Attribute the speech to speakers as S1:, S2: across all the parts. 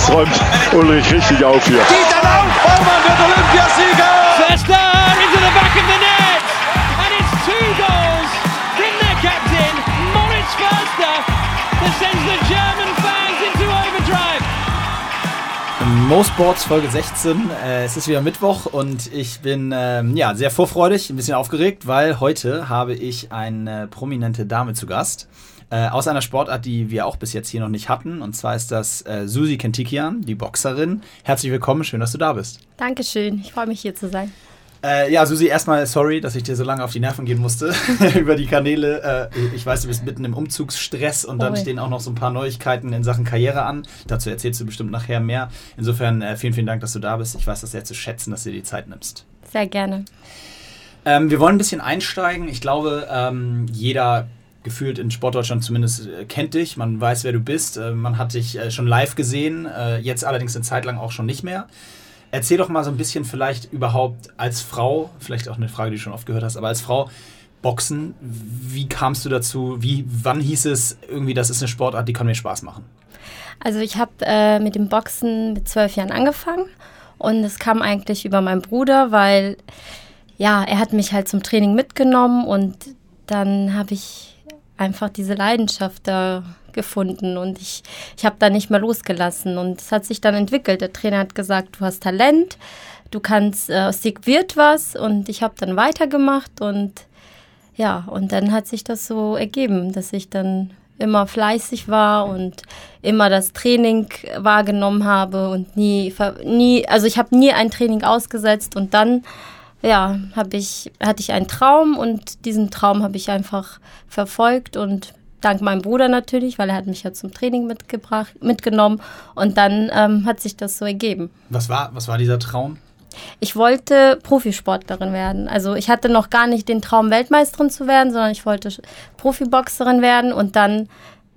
S1: Jetzt räumt Ulrich richtig auf hier.
S2: Geht dann auf! Baumann wird Olympiasieger!
S3: Förster into the back of the net! And it's 2 goals from their captain, Moritz Förster, that sends the German fans into overdrive.
S4: Mo Sports Folge 16. Es ist wieder Mittwoch und ich bin sehr vorfreudig, ein bisschen aufgeregt, weil heute habe ich eine prominente Dame zu Gast. Aus einer Sportart, die wir auch bis jetzt hier noch nicht hatten. Und zwar ist das Susi Kentikian, die Boxerin. Herzlich willkommen, schön, dass du da bist.
S5: Dankeschön, ich freue mich hier zu sein.
S4: Susi, erstmal sorry, dass ich dir so lange auf die Nerven gehen musste über die Kanäle. Ich weiß, du bist mitten im Umzugsstress und dann stehen auch noch so ein paar Neuigkeiten in Sachen Karriere an. Dazu erzählst du bestimmt nachher mehr. Insofern vielen, vielen Dank, dass du da bist. Ich weiß das sehr zu schätzen, dass du dir die Zeit nimmst.
S5: Sehr gerne.
S4: Wir wollen ein bisschen einsteigen. Ich glaube, jeder gefühlt in Sportdeutschland zumindest kennt dich. Man weiß, wer du bist. Man hat dich schon live gesehen. Jetzt allerdings eine Zeit lang auch schon nicht mehr. Erzähl doch mal so ein bisschen vielleicht überhaupt als Frau, vielleicht auch eine Frage, die du schon oft gehört hast, aber als Frau, Boxen, wie kamst du dazu? Wann hieß es irgendwie, das ist eine Sportart, die kann mir Spaß machen?
S5: Also ich habe mit dem Boxen mit 12 Jahren angefangen und es kam eigentlich über meinen Bruder, weil er hat mich halt zum Training mitgenommen und dann habe ich einfach diese Leidenschaft da gefunden und ich habe da nicht mehr losgelassen und es hat sich dann entwickelt. Der Trainer hat gesagt, du hast Talent, du kannst, aus dir wird was und ich habe dann weitergemacht und dann hat sich das so ergeben, dass ich dann immer fleißig war und immer das Training wahrgenommen habe und ich habe nie ein Training ausgesetzt und dann hatte ich einen Traum und diesen Traum habe ich einfach verfolgt und dank meinem Bruder natürlich, weil er hat mich ja zum Training mitgenommen und dann hat sich das so ergeben.
S4: Was war dieser Traum?
S5: Ich wollte Profisportlerin werden. Also ich hatte noch gar nicht den Traum, Weltmeisterin zu werden, sondern ich wollte Profiboxerin werden und dann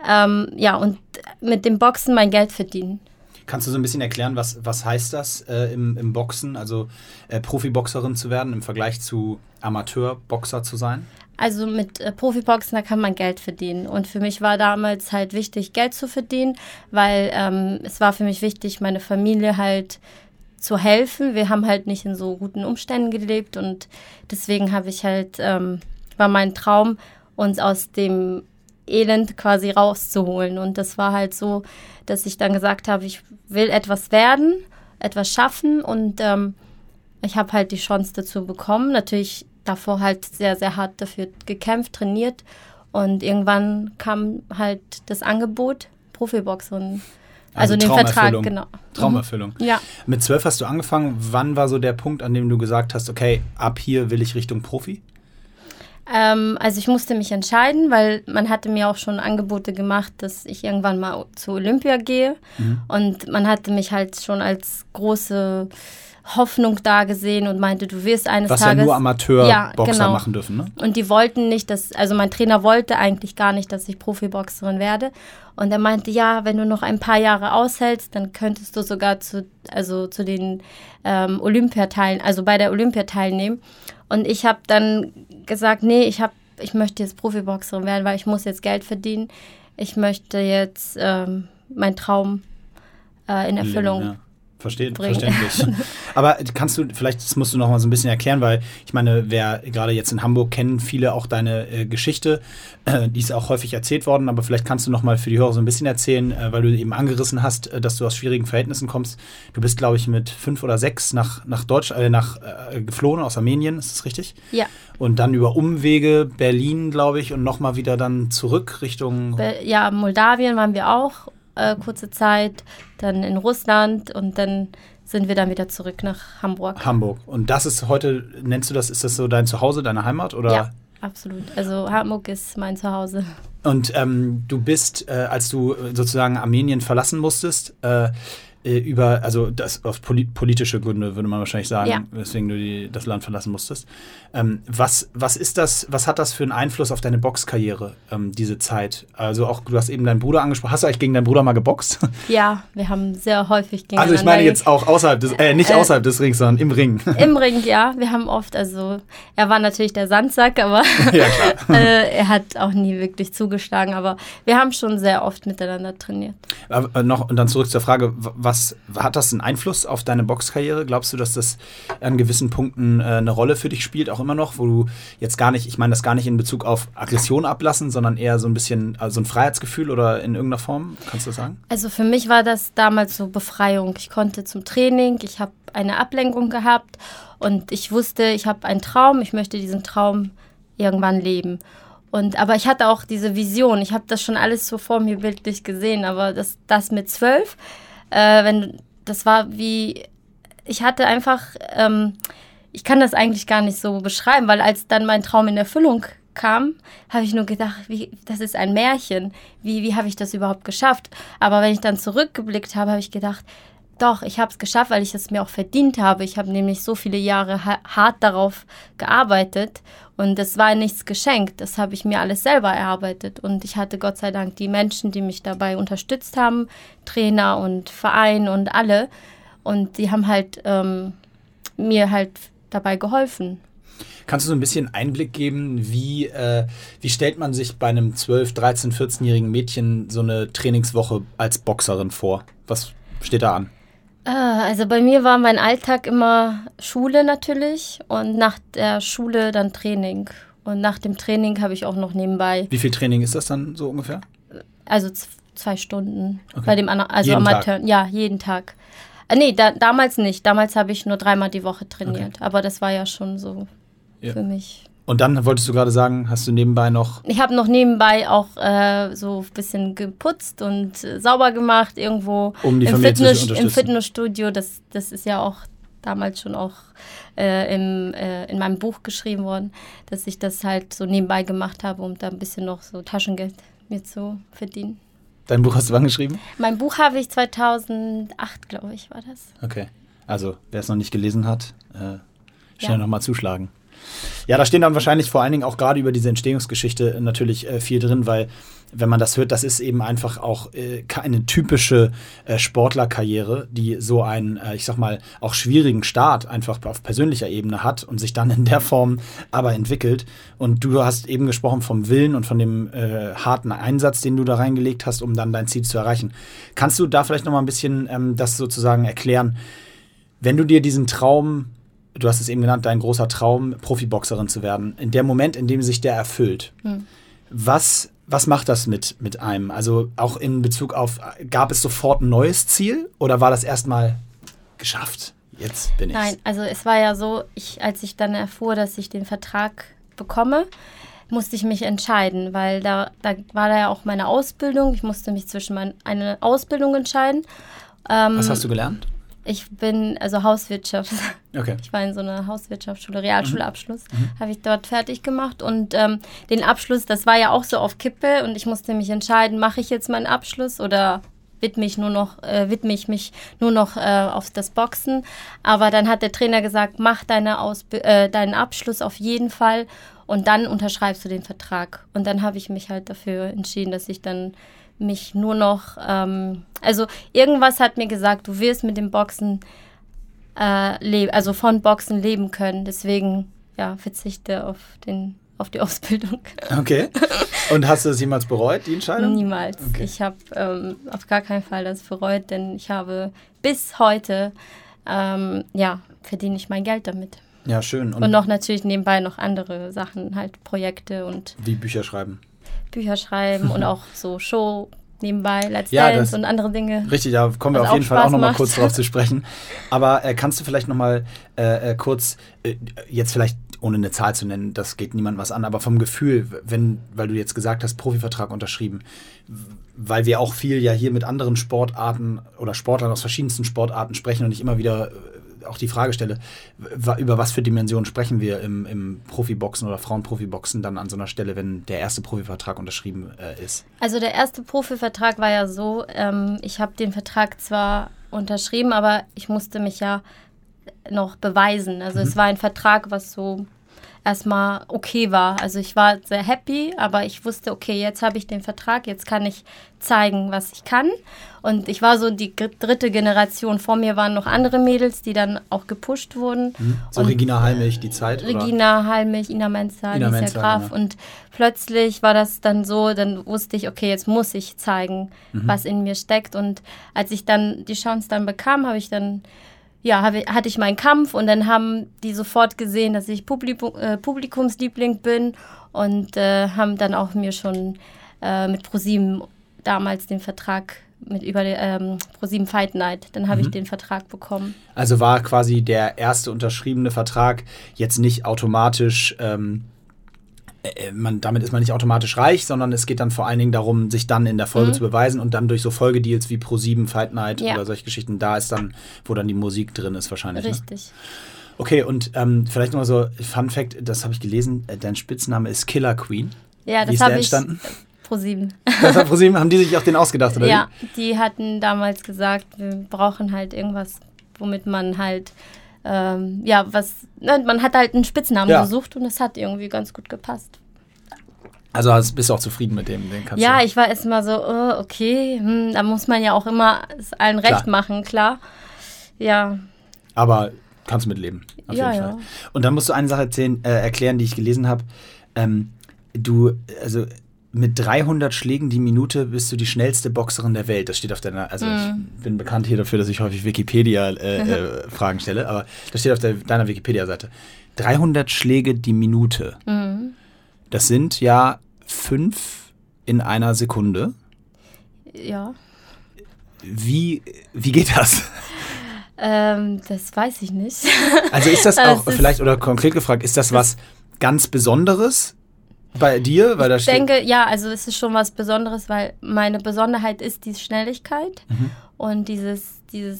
S5: und mit dem Boxen mein Geld verdienen.
S4: Kannst du so ein bisschen erklären, was heißt das im Boxen, also Profiboxerin zu werden im Vergleich zu Amateurboxer zu sein?
S5: Also mit Profiboxen, da kann man Geld verdienen. Und für mich war damals halt wichtig, Geld zu verdienen, weil es war für mich wichtig, meine Familie halt zu helfen. Wir haben halt nicht in so guten Umständen gelebt und deswegen habe ich halt, war mein Traum, uns aus dem Elend quasi rauszuholen. Und das war halt so, dass ich dann gesagt habe, ich will etwas werden, etwas schaffen und ich habe halt die Chance dazu bekommen. Natürlich davor halt sehr, sehr hart dafür gekämpft, trainiert und irgendwann kam halt das Angebot, Profiboxerin. Also den Vertrag, genau.
S4: Traumerfüllung.
S5: Ja.
S4: Mit 12 hast du angefangen. Wann war so der Punkt, an dem du gesagt hast, okay, ab hier will ich Richtung Profi?
S5: Also ich musste mich entscheiden, weil man hatte mir auch schon Angebote gemacht, dass ich irgendwann mal zu Olympia gehe. Und man hatte mich halt schon als große Hoffnung da gesehen und meinte, du wirst eines Tages...
S4: Was ja nur Amateurboxer machen dürfen, ne?
S5: Und die wollten nicht, also mein Trainer wollte eigentlich gar nicht, dass ich Profiboxerin werde. Und er meinte, wenn du noch ein paar Jahre aushältst, dann könntest du sogar zu den bei der Olympia teilnehmen. Und ich habe dann gesagt, nee, ich möchte jetzt Profiboxerin werden, weil ich muss jetzt Geld verdienen. Ich möchte jetzt meinen Traum in Erfüllung
S4: Verständlich. Aber das musst du noch mal so ein bisschen erklären, weil ich meine, wer gerade jetzt in Hamburg kennen viele auch deine Geschichte, die ist auch häufig erzählt worden, aber vielleicht kannst du noch mal für die Hörer so ein bisschen erzählen, weil du eben angerissen hast, dass du aus schwierigen Verhältnissen kommst. Du bist, glaube ich, mit 5 oder 6 nach Deutschland geflohen aus Armenien, ist das richtig?
S5: Ja.
S4: Und dann über Umwege Berlin, glaube ich, und noch mal wieder dann zurück Richtung...
S5: Moldawien waren wir auch. Kurze Zeit, dann in Russland und dann sind wir dann wieder zurück nach Hamburg.
S4: Und das ist heute, nennst du das, ist das so dein Zuhause, deine Heimat? Oder?
S5: Ja, absolut. Also Hamburg ist mein Zuhause.
S4: Und du bist, als du sozusagen Armenien verlassen musstest, das auf politische Gründe, würde man wahrscheinlich sagen, weswegen du das Land verlassen musstest. Was ist das, was hat das für einen Einfluss auf deine Boxkarriere, diese Zeit? Also auch, du hast eben deinen Bruder angesprochen. Hast du eigentlich gegen deinen Bruder mal geboxt?
S5: Ja, wir haben sehr häufig gegeneinander.
S4: Also ich meine jetzt auch außerhalb des, nicht außerhalb des Rings, sondern im Ring.
S5: Im Ring, ja. Wir haben oft, er war natürlich der Sandsack, aber
S4: ja, klar.
S5: Er hat auch nie wirklich zugeschlagen, aber wir haben schon sehr oft miteinander trainiert.
S4: Und dann zurück zur Frage, hat das einen Einfluss auf deine Boxkarriere? Glaubst du, dass das an gewissen Punkten eine Rolle für dich spielt, auch immer noch, wo du jetzt gar nicht, ich meine das gar nicht in Bezug auf Aggression ablassen, sondern eher so ein bisschen, also ein Freiheitsgefühl oder in irgendeiner Form? Kannst du das sagen?
S5: Also für mich war das damals so Befreiung. Ich konnte zum Training, ich habe eine Ablenkung gehabt und ich wusste, ich habe einen Traum, ich möchte diesen Traum irgendwann leben. Aber ich hatte auch diese Vision, ich habe das schon alles so vor mir bildlich gesehen, aber das mit 12, das war wie, ich hatte einfach, ich kann das eigentlich gar nicht so beschreiben, weil als dann mein Traum in Erfüllung kam, habe ich nur gedacht, das ist ein Märchen, wie habe ich das überhaupt geschafft? Aber wenn ich dann zurückgeblickt habe, habe ich gedacht, doch, ich habe es geschafft, weil ich es mir auch verdient habe. Ich habe nämlich so viele Jahre hart darauf gearbeitet und es war nichts geschenkt. Das habe ich mir alles selber erarbeitet und ich hatte Gott sei Dank die Menschen, die mich dabei unterstützt haben, Trainer und Verein und alle und die haben halt mir halt dabei geholfen.
S4: Kannst du so ein bisschen Einblick geben, wie stellt man sich bei einem 12-, 13-, 14-jährigen Mädchen so eine Trainingswoche als Boxerin vor? Was steht da an?
S5: Also bei mir war mein Alltag immer Schule natürlich und nach der Schule dann Training. Und nach dem Training habe ich auch noch nebenbei...
S4: Wie viel Training ist das dann so ungefähr?
S5: Also 2 Stunden.
S4: Okay.
S5: Bei dem Amateur. Ja, jeden Tag. Nee, damals nicht. Damals habe ich nur 3-mal die Woche trainiert. Okay. Aber das war ja schon so für mich.
S4: Und dann wolltest du gerade sagen, hast du nebenbei noch...
S5: Ich habe noch nebenbei auch so ein bisschen geputzt und sauber gemacht irgendwo
S4: um die Familie zu unterstützen.
S5: Im Fitnessstudio. Das ist ja auch damals schon auch in meinem Buch geschrieben worden, dass ich das halt so nebenbei gemacht habe, um da ein bisschen noch so Taschengeld mir zu verdienen.
S4: Dein Buch hast du wann geschrieben?
S5: Mein Buch habe ich 2008, glaube ich, war das.
S4: Okay, also wer es noch nicht gelesen hat, schnell nochmal zuschlagen. Ja, da stehen dann wahrscheinlich vor allen Dingen auch gerade über diese Entstehungsgeschichte natürlich viel drin, weil wenn man das hört, das ist eben einfach auch eine typische Sportlerkarriere, die so einen, ich sag mal, auch schwierigen Start einfach auf persönlicher Ebene hat und sich dann in der Form aber entwickelt. Und du hast eben gesprochen vom Willen und von dem harten Einsatz, den du da reingelegt hast, um dann dein Ziel zu erreichen. Kannst du da vielleicht noch mal ein bisschen das sozusagen erklären, wenn du dir diesen Traum, du hast es eben genannt, dein großer Traum, Profiboxerin zu werden, in dem Moment, in dem sich der erfüllt, was macht das mit einem? Also auch in Bezug auf, gab es sofort ein neues Ziel oder war das erstmal geschafft? Jetzt bin ich's.
S5: Nein, also es war ja so, als ich dann erfuhr, dass ich den Vertrag bekomme, musste ich mich entscheiden, weil da war da ja auch meine Ausbildung. Ich musste mich zwischen eine Ausbildung entscheiden.
S4: Was hast du gelernt?
S5: Ich bin Hauswirtschaft.
S4: Okay.
S5: Ich war in so einer Hauswirtschaftsschule, Realschulabschluss, habe ich dort fertig gemacht und den Abschluss, das war ja auch so auf Kippe und ich musste mich entscheiden, mache ich jetzt meinen Abschluss oder widme ich mich nur noch auf das Boxen. Aber dann hat der Trainer gesagt, mach deinen Abschluss auf jeden Fall und dann unterschreibst du den Vertrag. Und dann habe ich mich halt dafür entschieden, dass ich dann mich nur noch, irgendwas hat mir gesagt, du wirst mit dem Boxen von Boxen leben können. Deswegen, verzichte auf die Ausbildung.
S4: Okay. Und hast du das jemals bereut, die Entscheidung?
S5: Niemals. Okay. Ich habe auf gar keinen Fall das bereut, denn ich habe bis heute, verdiene ich mein Geld damit.
S4: Ja, schön.
S5: Und noch natürlich nebenbei noch andere Sachen, halt Projekte und...
S4: Wie Bücher schreiben
S5: und auch so Show nebenbei, Let's Dance und andere Dinge.
S4: Richtig, da kommen wir auf jeden Fall auch nochmal kurz drauf zu sprechen. Aber kannst du vielleicht nochmal kurz, jetzt vielleicht ohne eine Zahl zu nennen, das geht niemandem was an, aber vom Gefühl, weil du jetzt gesagt hast, Profivertrag unterschrieben, weil wir auch viel ja hier mit anderen Sportarten oder Sportlern aus verschiedensten Sportarten sprechen und ich immer wieder auch die Frage stelle, über was für Dimensionen sprechen wir im Profiboxen oder Frauenprofiboxen dann an so einer Stelle, wenn der erste Profivertrag unterschrieben ist?
S5: Also der erste Profivertrag war ja so, ich habe den Vertrag zwar unterschrieben, aber ich musste mich ja noch beweisen. Also es war ein Vertrag, was so erstmal okay war. Also ich war sehr happy, aber ich wusste, okay, jetzt habe ich den Vertrag, jetzt kann ich zeigen, was ich kann. Und ich war so die dritte Generation. Vor mir waren noch andere Mädels, die dann auch gepusht wurden.
S4: So Regina Halmich, die Zeit?
S5: Regina Halmich, Ina Menzel, Alicia Graf. Genau. Und plötzlich war das dann so, dann wusste ich, okay, jetzt muss ich zeigen, was in mir steckt. Und als ich dann die Chance dann bekam, hatte ich meinen Kampf und dann haben die sofort gesehen, dass ich Publikumsliebling bin und haben dann auch mir schon mit ProSieben damals den Vertrag über ProSieben Fight Night, dann habe ich den Vertrag bekommen.
S4: Also war quasi der erste unterschriebene Vertrag jetzt nicht automatisch, damit ist man nicht automatisch reich, sondern es geht dann vor allen Dingen darum, sich dann in der Folge zu beweisen und dann durch so Folgedeals wie ProSieben Fight Night oder solche Geschichten, da ist dann, wo dann die Musik drin ist wahrscheinlich.
S5: Richtig.
S4: Ne? Okay, und vielleicht nochmal so Fun Fact, das habe ich gelesen, dein Spitzname ist Killer Queen.
S5: Ja, das habe ich ProSieben.
S4: Das hat ProSieben, haben die sich auch den ausgedacht, oder?
S5: Ja, die hatten damals gesagt, wir brauchen halt irgendwas, womit man halt man hat halt einen Spitznamen gesucht und es hat irgendwie ganz gut gepasst.
S4: Also bist du auch zufrieden mit dem? Den kannst
S5: ich war erstmal so, okay, da muss man ja auch immer es allen recht machen, klar. Ja.
S4: Aber kannst du mitleben, auf jeden Fall. Und dann musst du eine Sache erklären, die ich gelesen habe. Mit 300 Schlägen die Minute bist du die schnellste Boxerin der Welt. Das steht auf deiner, ich bin bekannt hier dafür, dass ich häufig Wikipedia-Fragen stelle, aber das steht auf deiner Wikipedia-Seite. 300 Schläge die Minute. Das sind ja 5 in einer Sekunde.
S5: Ja.
S4: Wie geht das?
S5: Das weiß ich nicht.
S4: Also ist das auch vielleicht, oder konkret gefragt, ist das was ganz Besonderes bei dir? Weil
S5: ich denke, also es ist schon was Besonderes, weil meine Besonderheit ist die Schnelligkeit und dieses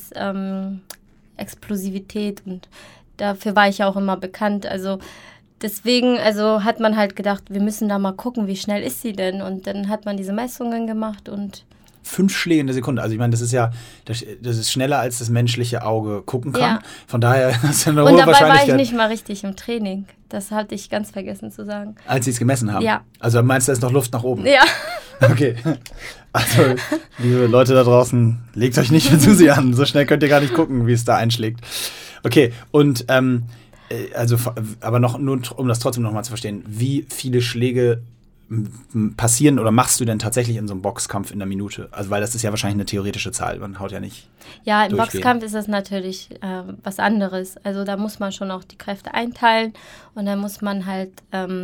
S5: Explosivität und dafür war ich ja auch immer bekannt. Also deswegen, hat man halt gedacht, wir müssen da mal gucken, wie schnell ist sie denn? Und dann hat man diese Messungen gemacht und
S4: 5 Schläge in der Sekunde. Also ich meine, das ist schneller, als das menschliche Auge gucken kann. Ja. Von daher hast du eine hohe Wahrscheinlichkeit. Und dabei
S5: war ich nicht mal richtig im Training. Das hatte ich ganz vergessen zu sagen.
S4: Als sie es gemessen haben?
S5: Ja.
S4: Also meinst du, da ist noch Luft nach oben?
S5: Ja.
S4: Okay. Also, liebe Leute da draußen, legt euch nicht mit Susi an. So schnell könnt ihr gar nicht gucken, wie es da einschlägt. Okay, und aber nur um das trotzdem nochmal zu verstehen, wie viele Schläge passieren oder machst du denn tatsächlich in so einem Boxkampf in der Minute? Also weil das ist ja wahrscheinlich eine theoretische Zahl, man haut ja nicht.
S5: Ja, im Boxkampf ist das natürlich was anderes. Also da muss man schon auch die Kräfte einteilen und dann muss man halt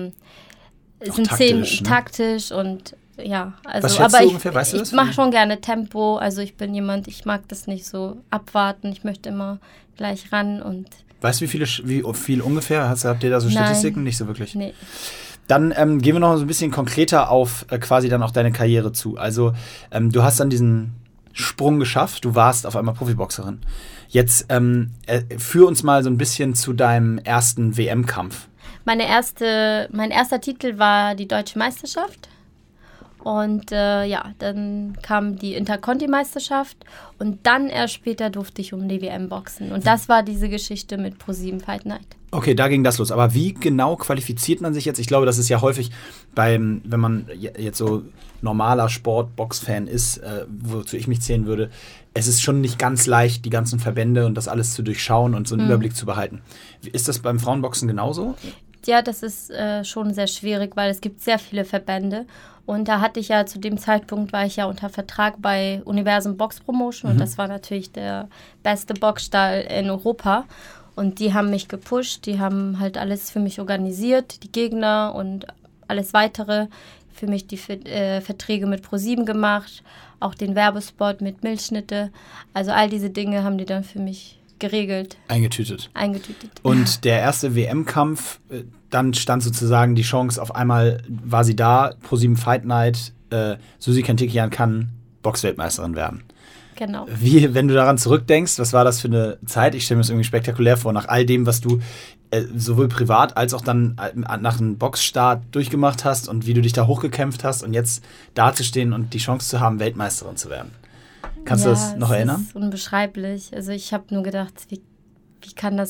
S5: es sind taktisch und ja, also
S4: was schätzt du ungefähr? Weißt du das?
S5: Ich mache schon gerne Tempo, also ich bin jemand, ich mag das nicht so abwarten, ich möchte immer gleich ran und
S4: weißt du, wie viel ungefähr? Habt ihr da so Statistiken? Nicht so wirklich?
S5: Nee.
S4: Dann gehen wir noch so ein bisschen konkreter auf quasi dann auch deine Karriere zu. Also du hast dann diesen Sprung geschafft, du warst auf einmal Profiboxerin. Jetzt führ uns mal so ein bisschen zu deinem ersten WM-Kampf.
S5: Mein erster Titel war die Deutsche Meisterschaft. Und dann kam die Interconti-Meisterschaft und dann erst später durfte ich um die WM boxen. Und das war diese Geschichte mit ProSieben Fight Night.
S4: Okay, da ging das los. Aber wie genau qualifiziert man sich jetzt? Ich glaube, das ist ja häufig wenn man jetzt so normaler Sport-Box-Fan ist, wozu ich mich zählen würde, es ist schon nicht ganz leicht, die ganzen Verbände und das alles zu durchschauen und so einen Überblick zu behalten. Ist das beim Frauenboxen genauso?
S5: Ja, das ist schon sehr schwierig, weil es gibt sehr viele Verbände. Und da hatte ich ja zu dem Zeitpunkt, war ich ja unter Vertrag bei Universum Box Promotion und das war natürlich der beste Boxstall in Europa. Und die haben mich gepusht, die haben halt alles für mich organisiert, die Gegner und alles Weitere. Für mich die Verträge mit ProSieben gemacht, auch den Werbespot mit Milchschnitte. Also all diese Dinge haben die dann für mich geregelt.
S4: Eingetütet.
S5: Und
S4: der erste WM-Kampf, dann stand sozusagen die Chance, auf einmal war sie da, ProSieben Fight Night, Susi Kentekian kann Boxweltmeisterin werden.
S5: Genau.
S4: Wenn du daran zurückdenkst, was war das für eine Zeit? Ich stelle mir das irgendwie spektakulär vor, nach all dem, was du sowohl privat als auch dann nach einem Boxstart durchgemacht hast und wie du dich da hochgekämpft hast und jetzt dazustehen und die Chance zu haben, Weltmeisterin zu werden. Kannst du das noch erinnern?
S5: Das ist unbeschreiblich. Also ich habe nur gedacht, wie kann das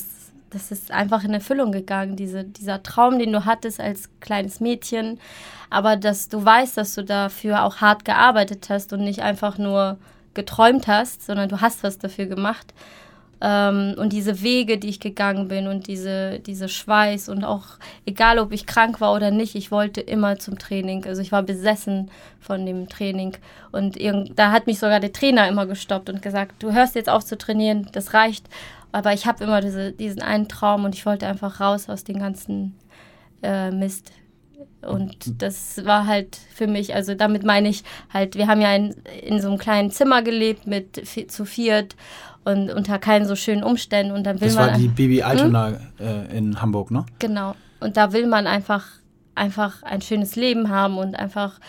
S5: das ist einfach in Erfüllung gegangen, dieser Traum, den du hattest als kleines Mädchen, aber dass du weißt, dass du dafür auch hart gearbeitet hast und nicht einfach nur geträumt hast, sondern du hast was dafür gemacht. Und diese Wege, die ich gegangen bin und diese Schweiß und auch, egal ob ich krank war oder nicht, ich wollte immer zum Training. Also ich war besessen von dem Training. Und da hat mich sogar der Trainer immer gestoppt und gesagt, du hörst jetzt auf zu trainieren, das reicht. Aber ich habe immer diesen einen Traum und ich wollte einfach raus aus dem ganzen Mist. Und das war halt für mich, also damit meine ich halt, wir haben ja in so einem kleinen Zimmer gelebt zu viert und unter keinen so schönen Umständen. Und dann will
S4: das war die Bibi Altona in Hamburg, ne?
S5: Genau. Und da will man einfach ein schönes Leben haben und einfach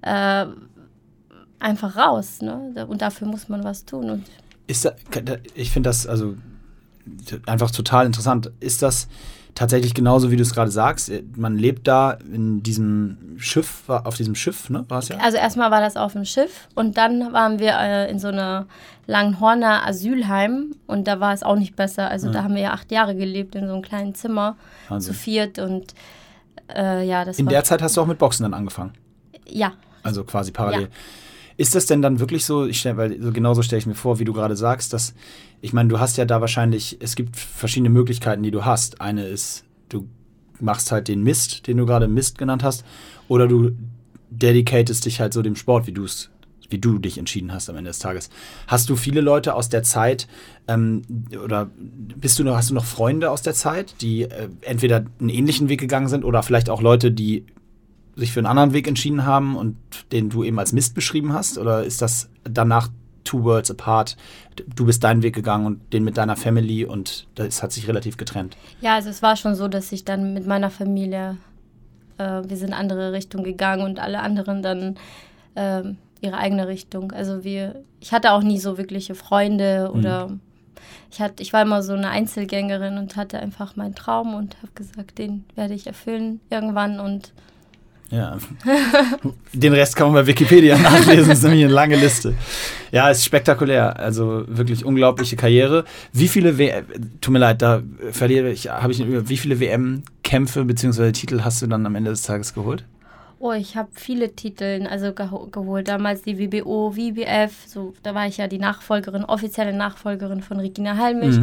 S5: raus, ne? Und dafür muss man was tun. Und
S4: ich finde das also einfach total interessant. Ist das tatsächlich genauso, wie du es gerade sagst? Man lebt da in diesem Schiff, auf diesem Schiff, ne? War es ja?
S5: Also erstmal war das auf dem Schiff und dann waren wir in so einer Langenhorner Asylheim und da war es auch nicht besser. Also da haben wir ja 8 Jahre gelebt in so einem kleinen Zimmer,
S4: Wahnsinn.
S5: zu viert und das
S4: in der Zeit hast du auch mit Boxen dann angefangen?
S5: Ja.
S4: Also quasi parallel.
S5: Ja.
S4: Ist das denn dann wirklich so, weil so genauso stelle ich mir vor, wie du gerade sagst, dass, ich meine, du hast ja da wahrscheinlich, es gibt verschiedene Möglichkeiten, die du hast. Eine ist, du machst halt den Mist, den du gerade Mist genannt hast, oder du dedicatest dich halt so dem Sport, wie du dich entschieden hast am Ende des Tages. Hast du viele Leute aus der Zeit, oder hast du noch Freunde aus der Zeit, die entweder einen ähnlichen Weg gegangen sind oder vielleicht auch Leute, die sich für einen anderen Weg entschieden haben und den du eben als Mist beschrieben hast? Oder ist das danach two worlds apart? Du bist deinen Weg gegangen und den mit deiner Family und das hat sich relativ getrennt.
S5: Ja, also es war schon so, dass ich dann mit meiner Familie, wir sind in andere Richtung gegangen und alle anderen dann ihre eigene Richtung. Also ich hatte auch nie so wirkliche Freunde oder ich war immer so eine Einzelgängerin und hatte einfach meinen Traum und habe gesagt, den werde ich erfüllen irgendwann und
S4: ja, den Rest kann man bei Wikipedia nachlesen, das ist nämlich eine lange Liste. Ja, ist spektakulär, also wirklich unglaubliche Karriere. Wie viele tut mir leid, da wie viele WM-Kämpfe bzw. Titel hast du dann am Ende des Tages geholt?
S5: Oh, ich habe viele Titel geholt. Damals die WBO, WBF, so, da war ich ja die offizielle Nachfolgerin von Regina Halmich.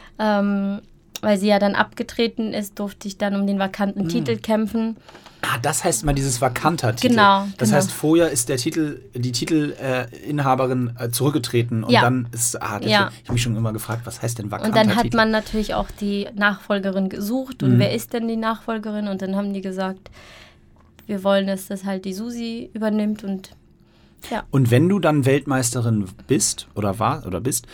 S5: Weil sie ja dann abgetreten ist, durfte ich dann um den vakanten Titel kämpfen.
S4: Ah, das heißt mal dieses vakanter Titel.
S5: Genau.
S4: Das heißt, vorher ist die Titelinhaberin zurückgetreten und dann ist, ich habe mich schon immer gefragt, was heißt denn vakanter Titel?
S5: Und dann hat man natürlich auch die Nachfolgerin gesucht und wer ist denn die Nachfolgerin? Und dann haben die gesagt, wir wollen, dass das halt die Susi übernimmt und ja.
S4: Und wenn du dann Weltmeisterin bist bist,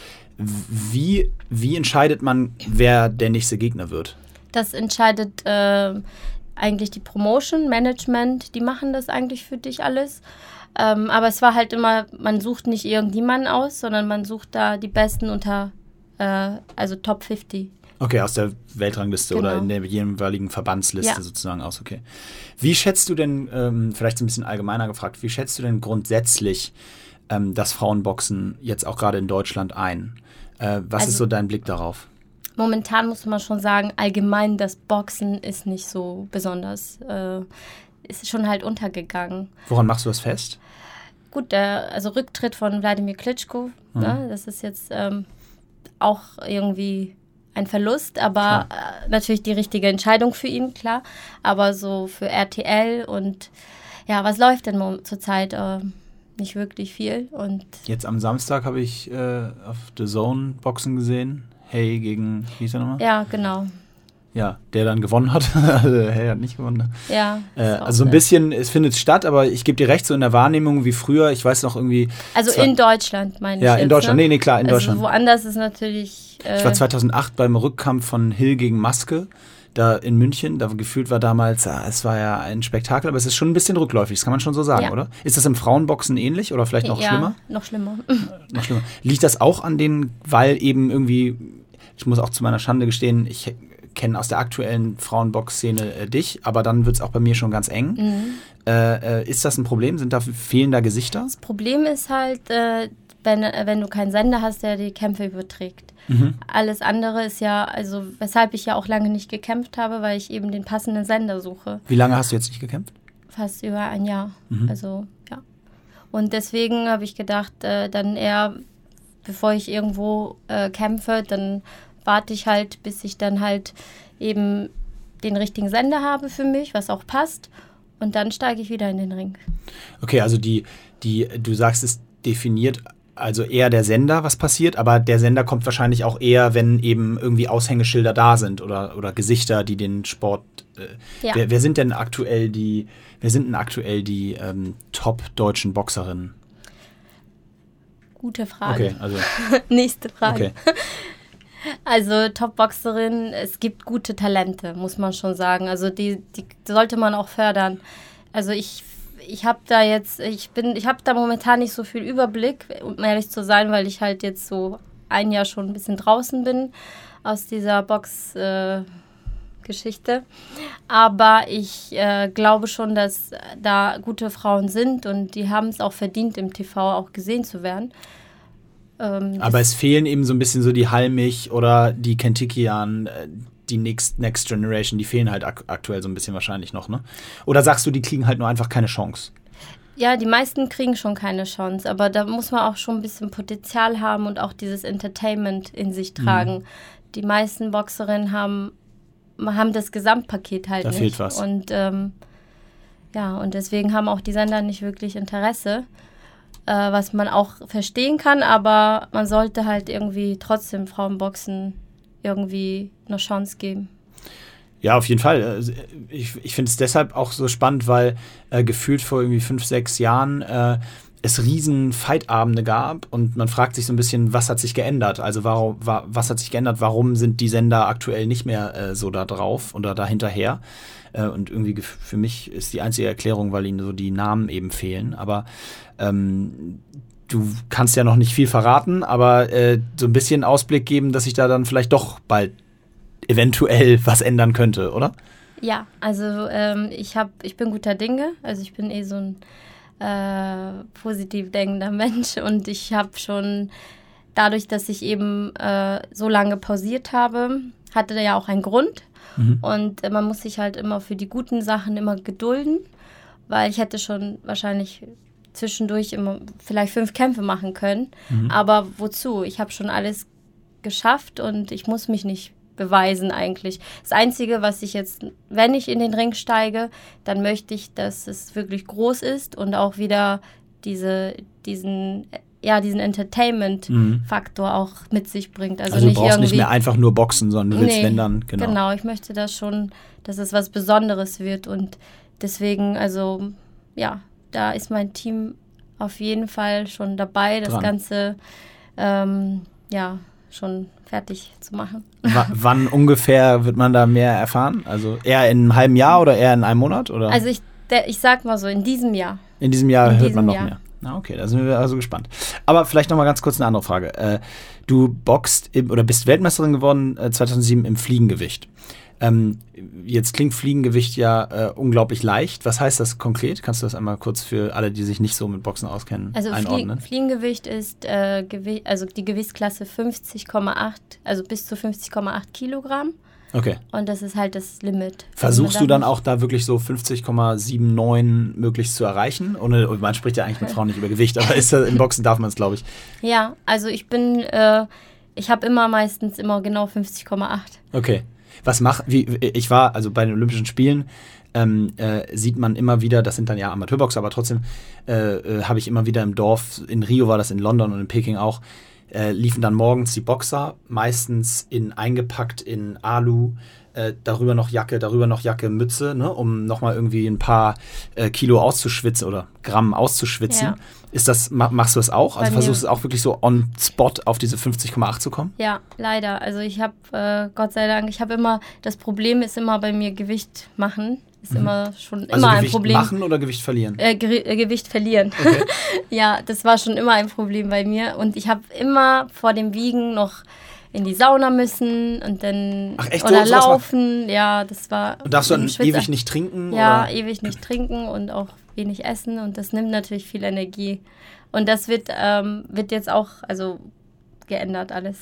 S4: wie entscheidet man, wer der nächste Gegner wird?
S5: Das entscheidet eigentlich die Promotion, Management, die machen das eigentlich für dich alles. Aber es war halt immer, man sucht nicht irgendjemanden aus, sondern man sucht da die Besten unter, also Top 50.
S4: Okay, aus der Weltrangliste oder in der jeweiligen Verbandsliste sozusagen aus, okay. Wie schätzt du denn, vielleicht ein bisschen allgemeiner gefragt, wie schätzt du denn grundsätzlich das Frauenboxen jetzt auch gerade in Deutschland ein? Was ist so dein Blick darauf?
S5: Momentan muss man schon sagen, allgemein das Boxen ist nicht so besonders. Ist schon halt untergegangen.
S4: Woran machst du das fest?
S5: Gut, also Rücktritt von Wladimir Klitschko, ne, das ist jetzt auch irgendwie ein Verlust, aber natürlich die richtige Entscheidung für ihn, klar. Aber so für RTL und ja, was läuft denn zurzeit? Nicht wirklich viel. Und
S4: jetzt am Samstag habe ich auf The Zone Boxen gesehen. Hey gegen, wie hieß er nochmal?
S5: Ja, genau.
S4: Ja, der dann gewonnen hat. Hey hat nicht gewonnen.
S5: Ja.
S4: Also ein bisschen, es findet statt, aber ich gebe dir recht, so in der Wahrnehmung wie früher, ich weiß noch irgendwie...
S5: Also in Deutschland, meine ich
S4: Ja,
S5: jetzt,
S4: in Deutschland,
S5: ne?
S4: nee, klar, in Deutschland.
S5: Woanders ist natürlich...
S4: ich war 2008 beim Rückkampf von Hill gegen Maske, da in München, da gefühlt war damals, es war ja ein Spektakel, aber es ist schon ein bisschen rückläufig, das kann man schon so sagen, oder? Ist das im Frauenboxen ähnlich oder vielleicht noch schlimmer?
S5: Ja, noch schlimmer.
S4: Noch schlimmer. Liegt das auch an denen, weil eben irgendwie, ich muss auch zu meiner Schande gestehen, ich kenne aus der aktuellen Frauenbox-Szene dich, aber dann wird es auch bei mir schon ganz eng. Ist das ein Problem? Fehlen da Gesichter?
S5: Das Problem ist halt, wenn du keinen Sender hast, der die Kämpfe überträgt. Alles andere ist ja, also weshalb ich ja auch lange nicht gekämpft habe, weil ich eben den passenden Sender suche.
S4: Wie lange hast du jetzt nicht gekämpft?
S5: Fast über ein Jahr. Also, ja. Und deswegen habe ich gedacht, dann eher, bevor ich irgendwo kämpfe, dann warte ich halt, bis ich dann halt eben den richtigen Sender habe für mich, was auch passt. Und dann steige ich wieder in den Ring. Okay,
S4: also du sagst, es definiert also eher der Sender, was passiert, aber der Sender kommt wahrscheinlich auch eher, wenn eben irgendwie Aushängeschilder da sind oder Gesichter, die den Sport. Wer sind denn aktuell die top deutschen Boxerinnen?
S5: Gute Frage.
S4: Okay, also
S5: nächste Frage.
S4: Okay.
S5: Also Top-Boxerin, es gibt gute Talente, muss man schon sagen. Also die sollte man auch fördern. Also ich habe da momentan nicht so viel Überblick, um ehrlich zu sein, weil ich halt jetzt so ein Jahr schon ein bisschen draußen bin aus dieser Box-Geschichte. Aber ich glaube schon, dass da gute Frauen sind und die haben es auch verdient, im TV auch gesehen zu werden.
S4: Aber es fehlen eben so ein bisschen so die Halmich oder die Kentikian, die Next Generation, die fehlen halt aktuell so ein bisschen wahrscheinlich noch, ne? Oder sagst du, die kriegen halt nur einfach keine Chance?
S5: Ja, die meisten kriegen schon keine Chance, aber da muss man auch schon ein bisschen Potenzial haben und auch dieses Entertainment in sich tragen. Die meisten Boxerinnen haben das Gesamtpaket halt
S4: nicht. Da fehlt was.
S5: Und und deswegen haben auch die Sender nicht wirklich Interesse. Was man auch verstehen kann, aber man sollte halt irgendwie trotzdem Frauenboxen irgendwie eine Chance geben.
S4: Ja, auf jeden Fall. Ich finde es deshalb auch so spannend, weil gefühlt vor irgendwie 5-6 Jahren es riesen Fight-Abende gab und man fragt sich so ein bisschen, was hat sich geändert? Also was hat sich geändert? Warum sind die Sender aktuell nicht mehr so da drauf oder da hinterher? Und irgendwie für mich ist die einzige Erklärung, weil ihnen so die Namen eben fehlen. Aber du kannst ja noch nicht viel verraten, aber so ein bisschen Ausblick geben, dass sich da dann vielleicht doch bald eventuell was ändern könnte, oder?
S5: Ja, also ich bin guter Dinge. Also ich bin so ein positiv denkender Mensch und ich habe schon dadurch, dass ich eben so lange pausiert habe, hatte ja auch einen Grund. Und man muss sich halt immer für die guten Sachen immer gedulden, weil ich hätte schon wahrscheinlich zwischendurch immer vielleicht 5 Kämpfe machen können. Aber wozu? Ich habe schon alles geschafft und ich muss mich nicht beweisen eigentlich. Das Einzige, was ich jetzt, wenn ich in den Ring steige, dann möchte ich, dass es wirklich groß ist und auch wieder diesen Entertainment-Faktor auch mit sich bringt. Also
S4: du
S5: nicht
S4: brauchst
S5: irgendwie
S4: nicht mehr einfach nur boxen, sondern du willst, wenn dann,
S5: Genau, ich möchte das schon, dass es was Besonderes wird und deswegen, also ja, da ist mein Team auf jeden Fall schon dabei, das Ganze schon fertig zu machen.
S4: Wann ungefähr wird man da mehr erfahren? Also eher in einem halben Jahr oder eher in einem Monat? Oder?
S5: Also ich sag mal so, in diesem Jahr.
S4: In diesem Jahr hört man noch mehr. Na okay, da sind wir also gespannt. Aber vielleicht noch mal ganz kurz eine andere Frage. Du boxt oder bist Weltmeisterin geworden 2007 im Fliegengewicht. Jetzt klingt Fliegengewicht ja unglaublich leicht. Was heißt das konkret? Kannst du das einmal kurz für alle, die sich nicht so mit Boxen auskennen, einordnen?
S5: Fliegengewicht ist die Gewichtsklasse 50,8, also bis zu 50,8 Kilogramm.
S4: Okay.
S5: Und das ist halt das Limit.
S4: Versuchst du dann auch da wirklich so 50,79 möglichst zu erreichen? Man spricht ja eigentlich mit Frauen nicht über Gewicht, aber im Boxen darf man es, glaube ich.
S5: Ja, also ich habe meistens immer genau 50,8.
S4: Okay. Ich war, also bei den Olympischen Spielen, sieht man immer wieder, das sind dann ja Amateurboxer, aber trotzdem habe ich immer wieder im Dorf, in Rio war das, in London und in Peking auch, liefen dann morgens die Boxer, meistens eingepackt in Alu, darüber noch Jacke, Mütze, ne, um nochmal irgendwie ein paar Kilo auszuschwitzen oder Gramm auszuschwitzen. Ja. Machst du das auch? Also versuchst du es auch wirklich so on spot auf diese 50,8 zu kommen?
S5: Ja, leider. Also ich habe, Gott sei Dank, das Problem ist immer bei mir Gewicht machen. Ist immer ein Problem.
S4: Gewicht machen oder Gewicht verlieren?
S5: Gewicht verlieren. Okay. Ja, das war schon immer ein Problem bei mir. Und ich habe immer vor dem Wiegen noch in die Sauna müssen und dann oder laufen. Ja, das war.
S4: Und darfst du dann ewig nicht trinken?
S5: Ja,
S4: oder?
S5: Ewig nicht trinken und auch wenig essen. Und das nimmt natürlich viel Energie. Und das wird jetzt auch geändert alles.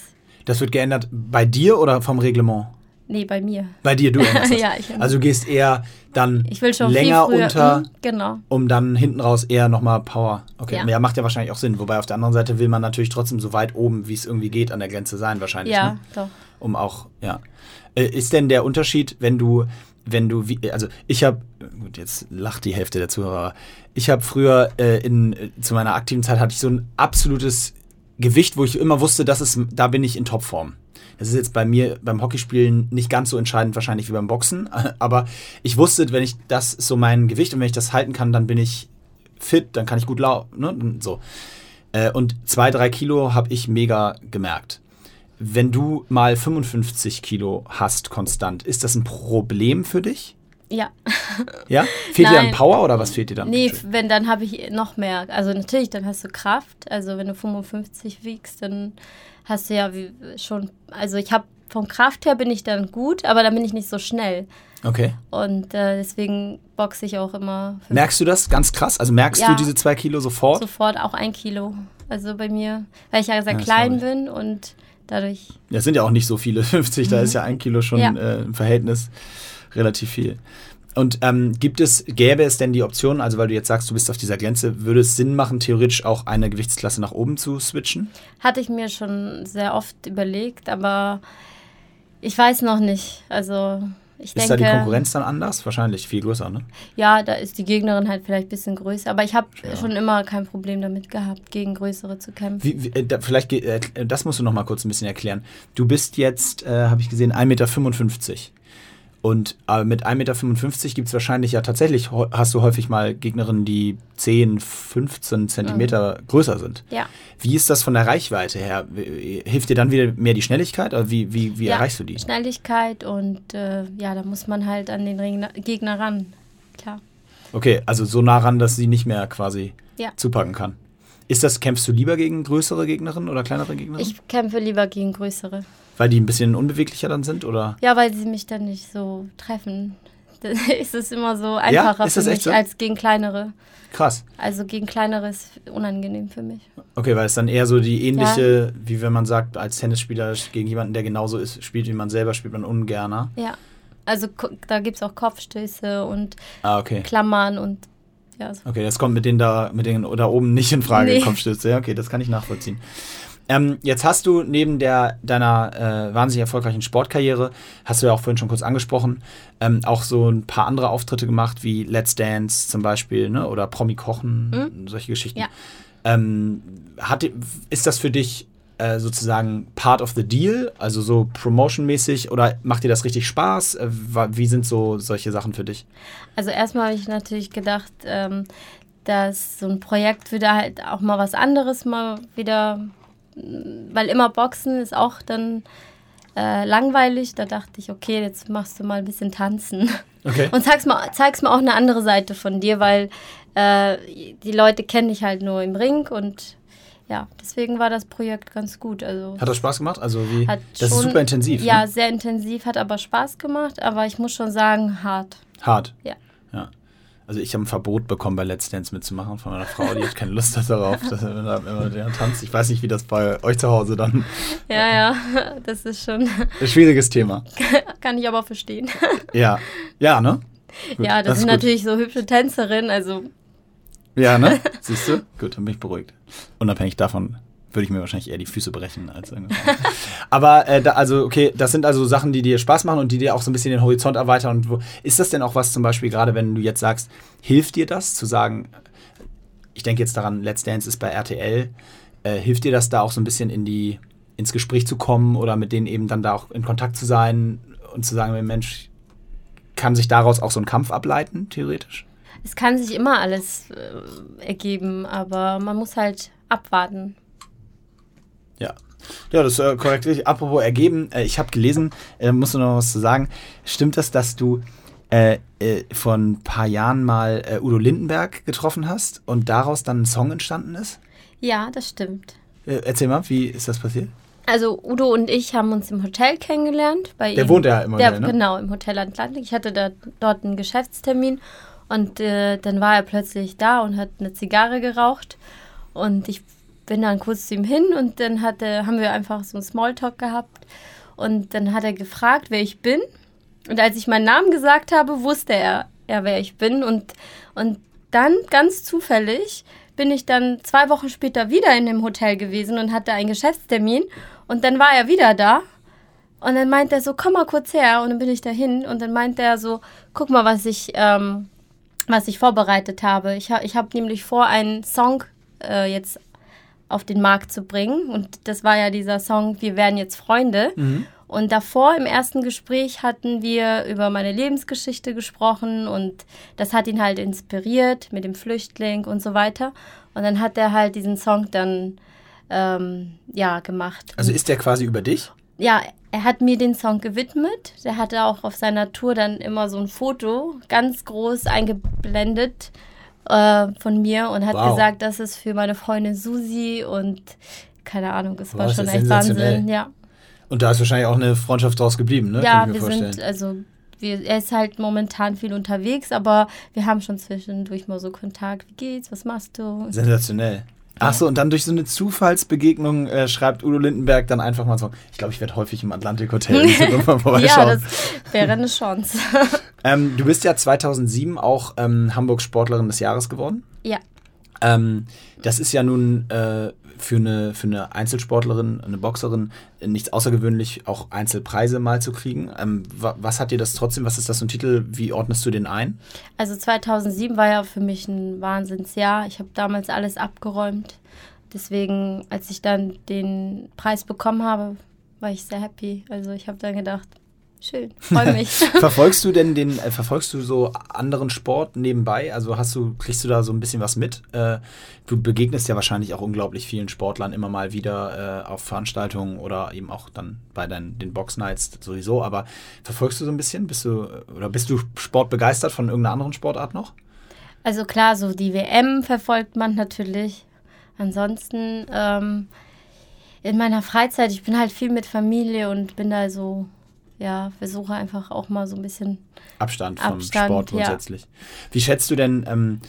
S4: Das wird geändert bei dir oder vom Reglement?
S5: Nee, bei mir.
S4: Bei dir, du änderst das.
S5: Ja,
S4: also du gehst eher dann
S5: ich will schon
S4: länger
S5: viel früher,
S4: unter,
S5: genau.
S4: um dann hinten raus eher nochmal Power. Okay,
S5: Ja.
S4: Macht ja wahrscheinlich auch Sinn. Wobei auf der anderen Seite will man natürlich trotzdem so weit oben, wie es irgendwie geht, an der Grenze sein wahrscheinlich.
S5: Ja,
S4: ne?
S5: doch.
S4: Um auch, ja. Ist denn der Unterschied, wenn du, also ich habe, gut, jetzt lacht die Hälfte der Zuhörer, ich habe früher zu meiner aktiven Zeit hatte ich so ein absolutes Gewicht, wo ich immer wusste, da bin ich in Topform. Das ist jetzt bei mir beim Hockeyspielen nicht ganz so entscheidend wahrscheinlich wie beim Boxen, aber ich wusste, wenn ich das ist so mein Gewicht und wenn ich das halten kann, dann bin ich fit, dann kann ich gut laufen, ne? So. Und 2-3 Kilo habe ich mega gemerkt. Wenn du mal 55 Kilo hast konstant, ist das ein Problem für dich?
S5: Ja.
S4: Ja? Fehlt dir dann
S5: Nein.
S4: Power oder was fehlt dir dann?
S5: Nee, dann habe ich noch mehr. Also natürlich, dann hast du Kraft. Also wenn du 55 wiegst, dann hast du ja schon, also ich habe vom Kraft her bin ich dann gut, aber dann bin ich nicht so schnell.
S4: Okay.
S5: Und deswegen boxe ich auch immer.
S4: Merkst du das ganz krass? Also merkst du diese 2 Kilo sofort?
S5: Sofort auch 1 Kilo. Also bei mir, weil ich ja sehr
S4: das
S5: klein
S4: glaub ich.
S5: bin und dadurch.
S4: Ja, es sind ja auch nicht so viele 50, da ist ja 1 Kilo schon im Verhältnis relativ viel. Und gäbe es denn die Option, also weil du jetzt sagst, du bist auf dieser Grenze, würde es Sinn machen, theoretisch auch eine Gewichtsklasse nach oben zu switchen?
S5: Hatte ich mir schon sehr oft überlegt, aber ich weiß noch nicht. Also ich denke...
S4: Ist da die Konkurrenz dann anders? Wahrscheinlich viel größer, ne?
S5: Ja, da ist die Gegnerin halt vielleicht ein bisschen größer, aber ich habe schon immer kein Problem damit gehabt, gegen Größere zu kämpfen.
S4: Das musst du noch mal kurz ein bisschen erklären. Du bist jetzt, habe ich gesehen, 1,55 Meter. Und mit 1,55 Meter gibt es wahrscheinlich ja tatsächlich, hast du häufig mal Gegnerinnen, die 10, 15 Zentimeter größer sind.
S5: Ja.
S4: Wie ist das von der Reichweite her? Hilft dir dann wieder mehr die Schnelligkeit? Oder wie erreichst du die?
S5: Schnelligkeit und da muss man halt an den Gegner ran. Klar.
S4: Okay, also so nah ran, dass sie nicht mehr quasi
S5: Ja.
S4: zupacken kann. Kämpfst du lieber gegen größere Gegnerinnen oder kleinere Gegnerinnen?
S5: Ich kämpfe lieber gegen Größere.
S4: Weil die ein bisschen unbeweglicher dann sind, oder?
S5: Ja, weil sie mich dann nicht so treffen. Da ist es immer so einfacher
S4: ist
S5: für
S4: das echt
S5: mich
S4: so?
S5: als gegen kleinere.
S4: Krass.
S5: Also gegen kleinere ist unangenehm für mich.
S4: Okay, weil es dann eher so die ähnliche, wie wenn man sagt, als Tennisspieler gegen jemanden, der genauso spielt wie man selber, spielt man ungerner.
S5: Ja, also da gibt es auch Kopfstöße und
S4: Okay.
S5: Klammern und ja. So.
S4: Okay, das kommt mit denen da oben nicht in Frage,
S5: Nee.
S4: Kopfstöße. Ja, okay, das kann ich nachvollziehen. Jetzt hast du neben deiner wahnsinnig erfolgreichen Sportkarriere, hast du ja auch vorhin schon kurz angesprochen, auch so ein paar andere Auftritte gemacht, wie Let's Dance zum Beispiel, ne? Oder Promi Kochen, solche Geschichten.
S5: Ja.
S4: Ist das für dich sozusagen part of the deal, also so promotion-mäßig, oder macht dir das richtig Spaß? Wie sind so solche Sachen für dich?
S5: Also erstmal habe ich natürlich gedacht, dass so ein Projekt würde halt auch mal was anderes mal wieder, weil immer Boxen ist auch dann langweilig. Da dachte ich, okay, jetzt machst du mal ein bisschen Tanzen.
S4: Okay.
S5: Und zeigst mir auch eine andere Seite von dir, weil die Leute kennen dich halt nur im Ring und ja, deswegen war das Projekt ganz gut. Also
S4: Hat das Spaß gemacht? Also das
S5: schon,
S4: ist super intensiv.
S5: Ja,
S4: ne?
S5: sehr intensiv, hat aber Spaß gemacht, aber ich muss schon sagen, hart.
S4: Hart.
S5: Ja.
S4: Also ich habe ein Verbot bekommen, bei Let's Dance mitzumachen von meiner Frau, die hat keine Lust darauf, dass er immer der tanzt. Ich weiß nicht, wie das bei euch zu Hause dann...
S5: Ja, das ist schon...
S4: Ein schwieriges Thema.
S5: Kann ich aber verstehen.
S4: Ja, ne? Gut,
S5: ja, das sind
S4: ist gut.
S5: natürlich so hübsche Tänzerinnen, also...
S4: Ja, ne? Siehst du? Gut, dann bin ich beruhigt. Unabhängig davon würde ich mir wahrscheinlich eher die Füße brechen als irgendwas. Aber das sind also Sachen, die dir Spaß machen und die dir auch so ein bisschen den Horizont erweitern. Und ist das denn auch was zum Beispiel, gerade wenn du jetzt sagst, hilft dir das zu sagen, ich denke jetzt daran, Let's Dance ist bei RTL, hilft dir das da auch so ein bisschen ins Gespräch zu kommen oder mit denen eben dann da auch in Kontakt zu sein und zu sagen, Mensch, kann sich daraus auch so ein Kampf ableiten, theoretisch?
S5: Es kann sich immer alles ergeben, aber man muss halt abwarten.
S4: Ja, das ist korrekt. Apropos ergeben, ich habe gelesen, musst du noch was zu sagen. Stimmt das, dass du vor ein paar Jahren mal Udo Lindenberg getroffen hast und daraus dann ein Song entstanden ist?
S5: Ja, das stimmt.
S4: Erzähl mal, wie ist das passiert?
S5: Also Udo und ich haben uns im Hotel kennengelernt.
S4: Der wohnt ja im Hotel, ne?
S5: Genau, im Hotel Atlantik. Ich hatte dort einen Geschäftstermin und dann war er plötzlich da und hat eine Zigarre geraucht. Und ich bin dann kurz zu ihm hin und dann haben wir einfach so einen Smalltalk gehabt. Und dann hat er gefragt, wer ich bin. Und als ich meinen Namen gesagt habe, wusste er wer ich bin. Und dann, ganz zufällig, bin ich dann 2 Wochen später wieder in dem Hotel gewesen und hatte einen Geschäftstermin. Und dann war er wieder da. Und dann meint er so, komm mal kurz her. Und dann bin ich dahin. Und dann meint er so, guck mal, was ich vorbereitet habe. Ich habe nämlich vor, einen Song jetzt auf den Markt zu bringen. Und das war ja dieser Song, Wir werden jetzt Freunde. Mhm. Und davor im ersten Gespräch hatten wir über meine Lebensgeschichte gesprochen und das hat ihn halt inspiriert mit dem Flüchtling und so weiter. Und dann hat er halt diesen Song dann gemacht.
S4: Also ist der quasi über dich?
S5: Ja, er hat mir den Song gewidmet. Der hatte auch auf seiner Tour dann immer so ein Foto ganz groß eingeblendet von mir und hat gesagt, das ist für meine Freundin Susi und keine Ahnung, es war schon echt Wahnsinn. Ja.
S4: Und da ist wahrscheinlich auch eine Freundschaft draus geblieben, ne?
S5: Ja, er ist halt momentan viel unterwegs, aber wir haben schon zwischendurch mal so Kontakt. Wie geht's? Was machst du?
S4: Sensationell. Achso, und dann durch so eine Zufallsbegegnung schreibt Udo Lindenberg dann einfach mal so, ich glaube, ich werde häufig im Atlantik Hotel mal vorbeischauen.
S5: Ja, das wäre eine Chance.
S4: Du bist ja 2007 auch Hamburgs Sportlerin des Jahres geworden.
S5: Ja.
S4: Das ist ja nun für eine Einzelsportlerin, eine Boxerin, nichts außergewöhnlich, auch Einzelpreise mal zu kriegen. Was hat dir das trotzdem, was ist das so ein Titel, wie ordnest du den ein?
S5: Also 2007 war ja für mich ein Wahnsinnsjahr. Ich habe damals alles abgeräumt. Deswegen, als ich dann den Preis bekommen habe, war ich sehr happy. Also ich habe dann gedacht, schön, freue mich.
S4: Verfolgst du so anderen Sport nebenbei? Also kriegst du da so ein bisschen was mit? Du begegnest ja wahrscheinlich auch unglaublich vielen Sportlern immer mal wieder auf Veranstaltungen oder eben auch dann bei den Box-Nights sowieso. Aber verfolgst du so ein bisschen? Bist du sportbegeistert von irgendeiner anderen Sportart noch?
S5: Also klar, so die WM verfolgt man natürlich. Ansonsten in meiner Freizeit, ich bin halt viel mit Familie und bin da so... Ja, versuche einfach auch mal so ein bisschen
S4: Abstand vom Sport grundsätzlich. Ja. Wie schätzt du denn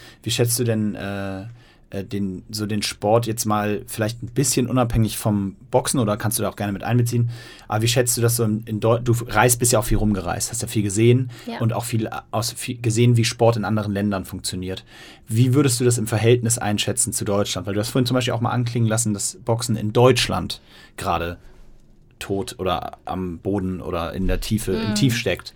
S4: den Sport jetzt mal vielleicht ein bisschen unabhängig vom Boxen oder kannst du da auch gerne mit einbeziehen? Aber wie schätzt du das so du bist ja auch viel rumgereist, hast ja viel gesehen und auch viel gesehen, wie Sport in anderen Ländern funktioniert. Wie würdest du das im Verhältnis einschätzen zu Deutschland? Weil du hast vorhin zum Beispiel auch mal anklingen lassen, dass Boxen in Deutschland gerade tot oder am Boden oder in der Tiefe, im Tief steckt.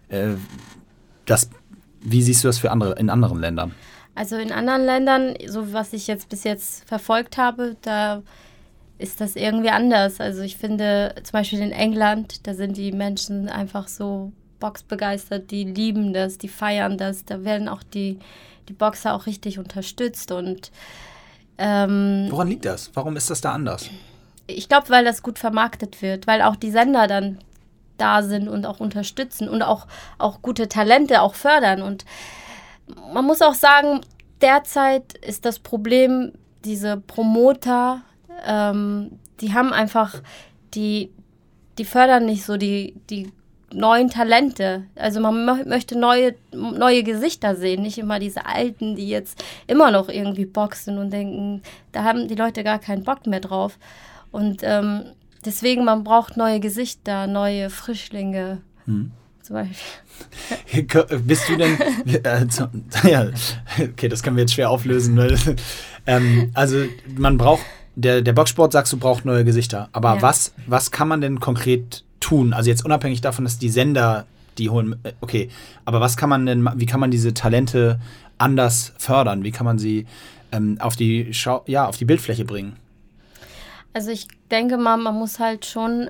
S4: Wie siehst du das in anderen Ländern?
S5: Also in anderen Ländern, so was ich jetzt bis jetzt verfolgt habe, da ist das irgendwie anders. Also ich finde zum Beispiel in England, da sind die Menschen einfach so boxbegeistert, die lieben das, die feiern das, da werden auch die Boxer auch richtig unterstützt und
S4: woran liegt das? Warum ist das da anders?
S5: Ich glaube, weil das gut vermarktet wird, weil auch die Sender dann da sind und auch unterstützen und auch gute Talente auch fördern. Und man muss auch sagen, derzeit ist das Problem, diese Promoter, die haben einfach, die fördern nicht so die neuen Talente. Also man möchte neue Gesichter sehen, nicht immer diese Alten, die jetzt immer noch irgendwie boxen und denken, da haben die Leute gar keinen Bock mehr drauf. Und deswegen, man braucht neue Gesichter, neue Frischlinge zum Beispiel.
S4: Bist du denn... ja, okay, das können wir jetzt schwer auflösen. Also man braucht... Der Boxsport, sagst du, braucht neue Gesichter. Aber was kann man denn konkret tun? Also jetzt unabhängig davon, dass die Sender die holen... Okay, aber wie kann man diese Talente anders fördern? Wie kann man sie auf die Bildfläche bringen?
S5: Also ich denke mal, man muss halt schon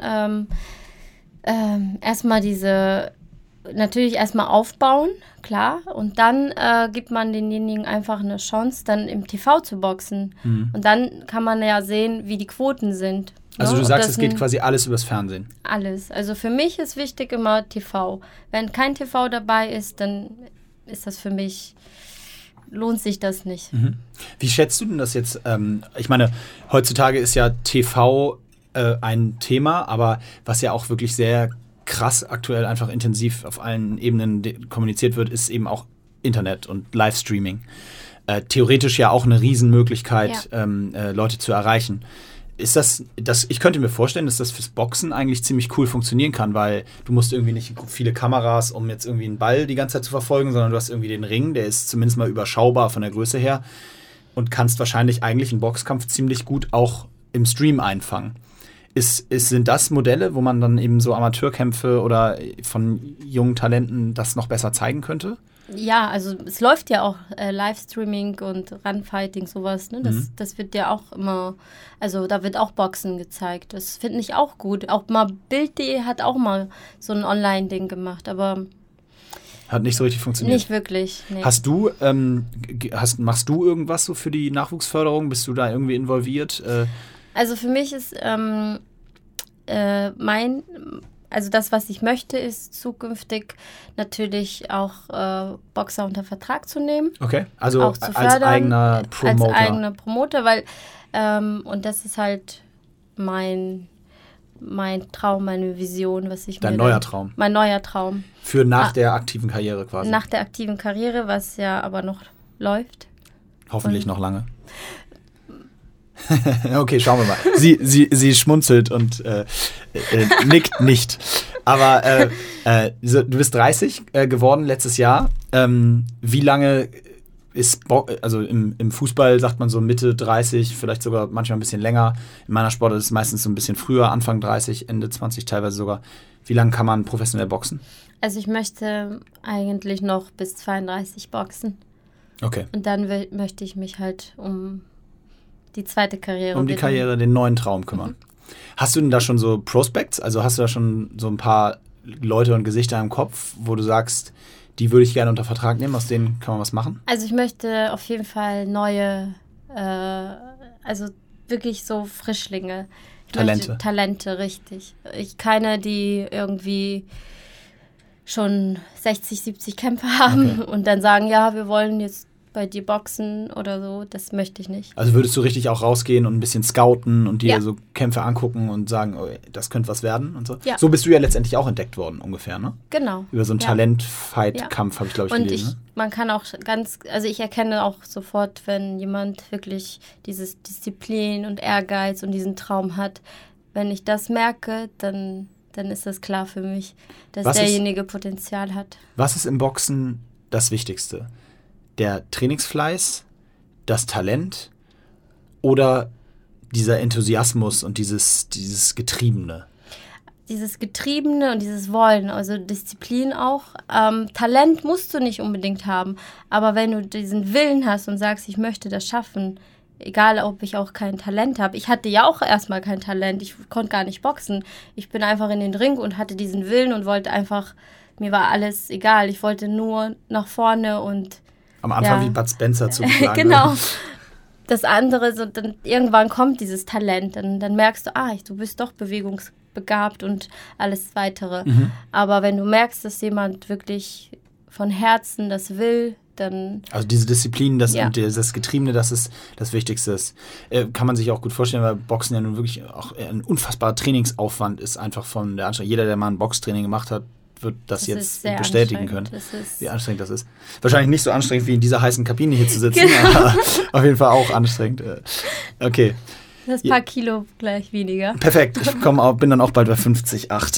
S5: natürlich erstmal aufbauen, klar. Und dann gibt man denjenigen einfach eine Chance, dann im TV zu boxen. Und dann kann man ja sehen, wie die Quoten sind.
S4: Also du sagst, es geht quasi alles übers Fernsehen.
S5: Alles. Also für mich ist wichtig immer TV. Wenn kein TV dabei ist, dann ist das für mich... lohnt sich das nicht.
S4: Wie schätzt du denn das jetzt? Ich meine, heutzutage ist ja TV ein Thema, aber was ja auch wirklich sehr krass aktuell einfach intensiv auf allen Ebenen kommuniziert wird, ist eben auch Internet und Livestreaming. theoretisch ja auch eine Riesenmöglichkeit, Leute zu erreichen. Ist das, ich könnte mir vorstellen, dass das fürs Boxen eigentlich ziemlich cool funktionieren kann, weil du musst irgendwie nicht viele Kameras, um jetzt irgendwie einen Ball die ganze Zeit zu verfolgen, sondern du hast irgendwie den Ring, der ist zumindest mal überschaubar von der Größe her und kannst wahrscheinlich eigentlich einen Boxkampf ziemlich gut auch im Stream einfangen. Sind das Modelle, wo man dann eben so Amateurkämpfe oder von jungen Talenten das noch besser zeigen könnte?
S5: Ja, also es läuft ja auch Livestreaming und Runfighting, sowas, ne? Das wird ja auch immer, also da wird auch Boxen gezeigt. Das finde ich auch gut. Auch mal Bild.de hat auch mal so ein Online-Ding gemacht, aber
S4: hat nicht so richtig funktioniert.
S5: Nicht wirklich, nee.
S4: Machst du irgendwas so für die Nachwuchsförderung? Bist du da irgendwie involviert?
S5: Also für mich ist also das, was ich möchte, ist zukünftig natürlich auch Boxer unter Vertrag zu nehmen.
S4: Okay, also
S5: auch zu
S4: als
S5: fördern,
S4: eigener Promoter.
S5: Als eigener Promoter, weil und das ist halt mein Traum, meine Vision, was ich
S4: Dein neuer Traum.
S5: Mein neuer Traum.
S4: Für nach der aktiven Karriere quasi.
S5: Nach der aktiven Karriere, was ja aber noch läuft.
S4: Hoffentlich noch lange. Okay, schauen wir mal. Sie schmunzelt und nickt nicht. Aber du bist 30 geworden letztes Jahr. Wie lange ist also im Fußball sagt man so Mitte 30, vielleicht sogar manchmal ein bisschen länger. In meiner Sportart ist es meistens so ein bisschen früher, Anfang 30, Ende 20 teilweise sogar. Wie lange kann man professionell boxen? Also
S5: ich möchte eigentlich noch bis 32 boxen.
S4: Okay.
S5: Und dann möchte ich mich halt um die zweite Karriere.
S4: Um die Karriere, den neuen Traum kümmern. Mhm. Hast du denn da schon so Prospects? Also hast du da schon so ein paar Leute und Gesichter im Kopf, wo du sagst, die würde ich gerne unter Vertrag nehmen, aus denen kann man was machen? Also
S5: ich möchte auf jeden Fall neue, also wirklich so Frischlinge. Talente, richtig. Keine, die irgendwie schon 60, 70 Kämpfe haben und dann sagen, ja, wir wollen jetzt bei dir boxen oder so, das möchte ich nicht.
S4: Also würdest du richtig auch rausgehen und ein bisschen scouten und dir so Kämpfe angucken und sagen, oh, das könnte was werden und so? Ja. So bist du ja letztendlich auch entdeckt worden ungefähr, ne?
S5: Genau.
S4: Über so einen Talent-Fight-Kampf habe ich, glaube ich, gelesen.
S5: Und man kann auch also ich erkenne auch sofort, wenn jemand wirklich dieses Disziplin und Ehrgeiz und diesen Traum hat. Wenn ich das merke, dann ist das klar für mich, dass derjenige Potenzial hat.
S4: Was ist im Boxen das Wichtigste? Der Trainingsfleiß, das Talent oder dieser Enthusiasmus und dieses Getriebene?
S5: Dieses Getriebene und dieses Wollen, also Disziplin auch. Talent musst du nicht unbedingt haben, aber wenn du diesen Willen hast und sagst, ich möchte das schaffen, egal ob ich auch kein Talent habe. Ich hatte ja auch erstmal kein Talent, ich konnte gar nicht boxen. Ich bin einfach in den Ring und hatte diesen Willen und wollte einfach, mir war alles egal, ich wollte nur nach vorne und
S4: am Anfang wie Bud Spencer zu schlagen.
S5: Genau. Das andere, so, dann irgendwann kommt dieses Talent. Dann merkst du, du bist doch bewegungsbegabt und alles Weitere. Mhm. Aber wenn du merkst, dass jemand wirklich von Herzen das will, dann...
S4: Also diese Disziplin, und das Getriebene, das ist das Wichtigste. Kann man sich auch gut vorstellen, weil Boxen ja nun wirklich auch ein unfassbarer Trainingsaufwand ist, einfach von der Anstrengung. Jeder, der mal ein Boxtraining gemacht hat, wird das jetzt bestätigen können, wie anstrengend das ist. Wahrscheinlich nicht so anstrengend, wie in dieser heißen Kabine hier zu sitzen, aber auf jeden Fall auch anstrengend. Okay.
S5: Das paar Kilo gleich weniger.
S4: Perfekt, ich bin dann auch bald bei 50,8.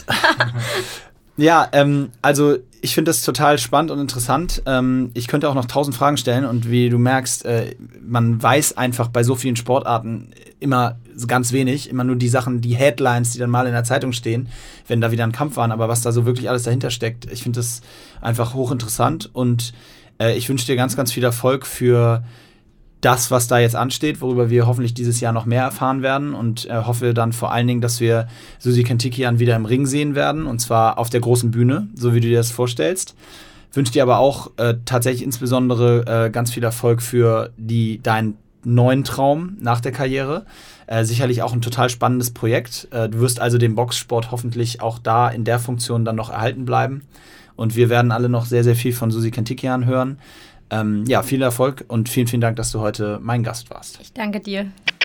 S4: Ja, also ich finde das total spannend und interessant. Ich könnte auch noch 1000 Fragen stellen und wie du merkst, man weiß einfach bei so vielen Sportarten immer ganz wenig, immer nur die Sachen, die Headlines, die dann mal in der Zeitung stehen, wenn da wieder ein Kampf war, aber was da so wirklich alles dahinter steckt, ich finde das einfach hochinteressant und ich wünsche dir ganz, ganz viel Erfolg für das, was da jetzt ansteht, worüber wir hoffentlich dieses Jahr noch mehr erfahren werden und hoffe dann vor allen Dingen, dass wir Susi Kentuckyan wieder im Ring sehen werden und zwar auf der großen Bühne, so wie du dir das vorstellst. Wünsche dir aber auch tatsächlich insbesondere ganz viel Erfolg für deinen neuen Traum nach der Karriere. Sicherlich auch ein total spannendes Projekt. Du wirst also den Boxsport hoffentlich auch da in der Funktion dann noch erhalten bleiben und wir werden alle noch sehr, sehr viel von Susi Kentuckyan hören. Viel Erfolg und vielen, vielen Dank, dass du heute mein Gast warst.
S5: Ich danke dir.